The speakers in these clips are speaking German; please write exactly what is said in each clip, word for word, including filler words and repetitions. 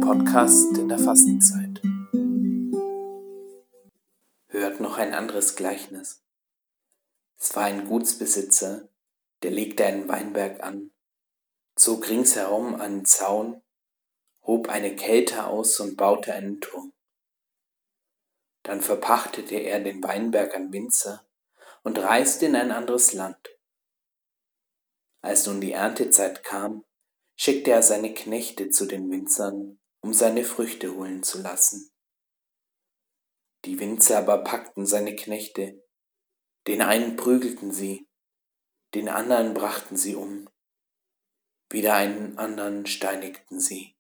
Podcast in der Fastenzeit. Hört noch ein anderes Gleichnis. Es war ein Gutsbesitzer, der legte einen Weinberg an, zog ringsherum einen Zaun, hob eine Kälte aus und baute einen Turm. Dann verpachtete er den Weinberg an Winzer und reiste in ein anderes Land. Als nun die Erntezeit kam, schickte er seine Knechte zu den Winzern, um seine Früchte holen zu lassen. Die Winzer aber packten seine Knechte, den einen prügelten sie, den anderen brachten sie um, wieder einen anderen steinigten sie.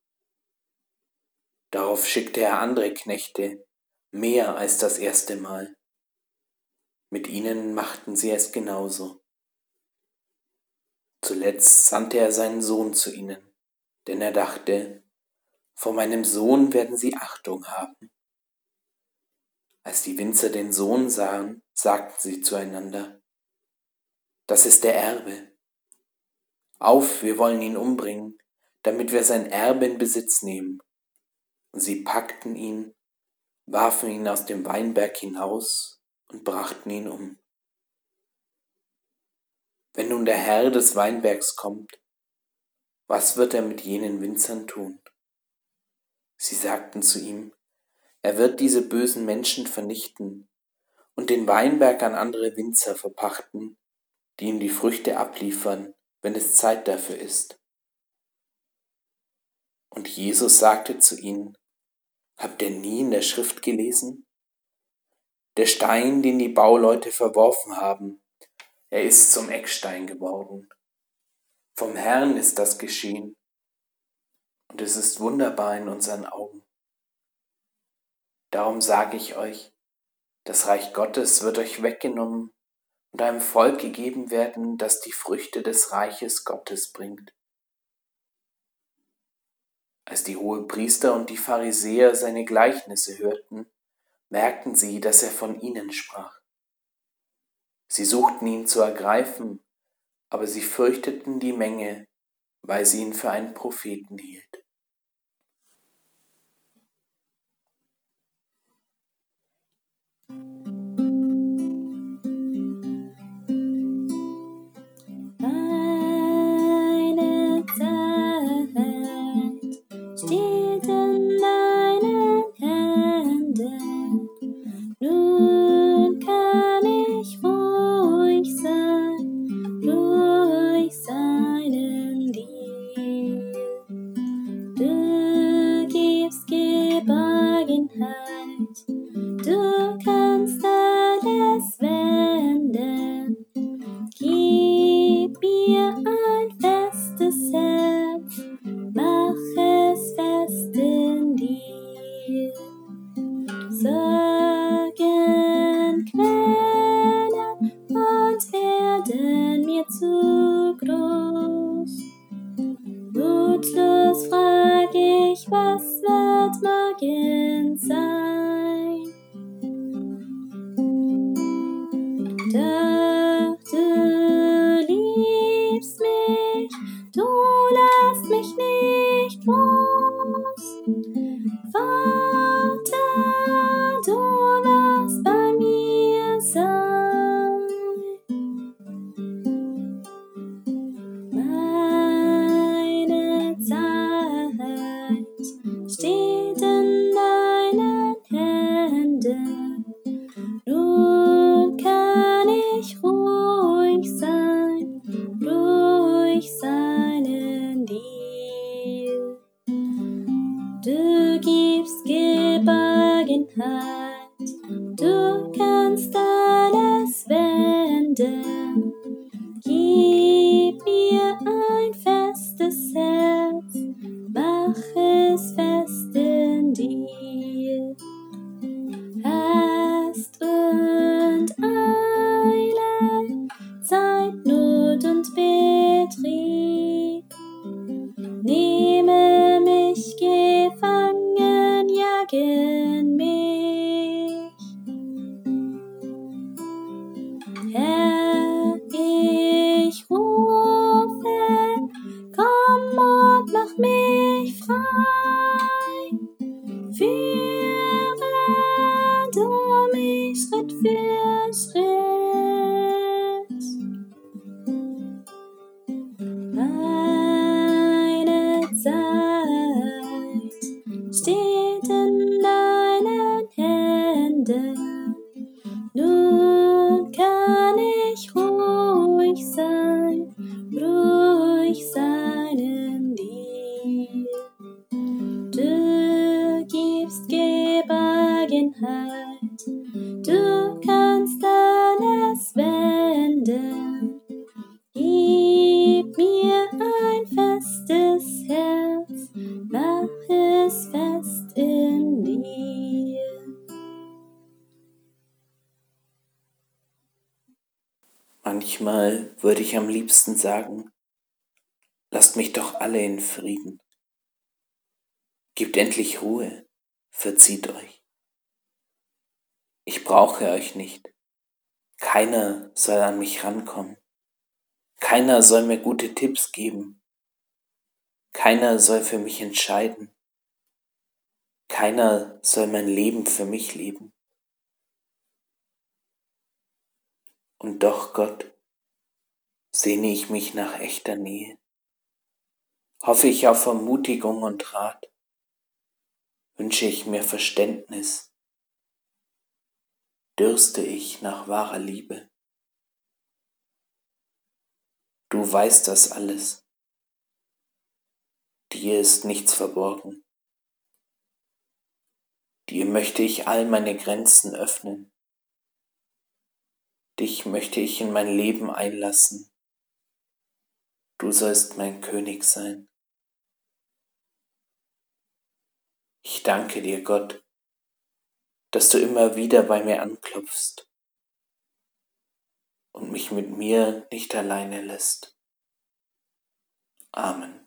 Darauf schickte er andere Knechte, mehr als das erste Mal. Mit ihnen machten sie es genauso. Zuletzt sandte er seinen Sohn zu ihnen, denn er dachte, vor meinem Sohn werden sie Achtung haben. Als die Winzer den Sohn sahen, sagten sie zueinander, das ist der Erbe. Auf, wir wollen ihn umbringen, damit wir sein Erbe in Besitz nehmen. Und sie packten ihn, warfen ihn aus dem Weinberg hinaus und brachten ihn um. Wenn nun der Herr des Weinbergs kommt, was wird er mit jenen Winzern tun? Sie sagten zu ihm, er wird diese bösen Menschen vernichten und den Weinberg an andere Winzer verpachten, die ihm die Früchte abliefern, wenn es Zeit dafür ist. Und Jesus sagte zu ihnen, habt ihr nie in der Schrift gelesen? Der Stein, den die Bauleute verworfen haben, er ist zum Eckstein geworden. Vom Herrn ist das geschehen und es ist wunderbar in unseren Augen. Darum sage ich euch, das Reich Gottes wird euch weggenommen und einem Volk gegeben werden, das die Früchte des Reiches Gottes bringt. Als die Hohepriester und die Pharisäer seine Gleichnisse hörten, merkten sie, dass er von ihnen sprach. Sie suchten ihn zu ergreifen, aber sie fürchteten die Menge, weil sie ihn für einen Propheten hielt. Meine Zeit steht in deinen Händen. Nun kann ich ruhig sein, ruhig sein in dir. Du gibst Geborgenheit, du kannst alles wenden. Gib mir ein festes Herz, mach es fest in dir. Sorgen quellen und werden mir zu groß. Mutlos frag ich, was wird morgen sein? Doch du liebst mich, du lässt mich nicht los. Vater, du wirst bei mir sein. Meine Zeit steht in deinen Händen. Nun kann ich ruhig sein, ruhig sein in dir. Du gibst Geborgenheit, du kannst alles wenden. Gib mir ein festes Herz, mach es fest in dir. Hast und Eile, Zeitnot und Betrieb, nehme mich gefangen, jagen mich. Herr, ich rufe, komm und mach mich frei. würde ich am liebsten sagen, lasst mich doch alle in Frieden. Gebt endlich Ruhe, verzieht euch. Ich brauche euch nicht. Keiner soll an mich rankommen. Keiner soll mir gute Tipps geben. Keiner soll für mich entscheiden. Keiner soll mein Leben für mich leben. Und doch, Gott, sehne ich mich nach echter Nähe. Hoffe ich auf Ermutigung und Rat. Wünsche ich mir Verständnis. Dürste ich nach wahrer Liebe. Du weißt das alles. Dir ist nichts verborgen. Dir möchte ich all meine Grenzen öffnen. Dich möchte ich in mein Leben einlassen. Du sollst mein König sein. Ich danke dir, Gott, dass du immer wieder bei mir anklopfst und mich mit mir nicht alleine lässt. Amen.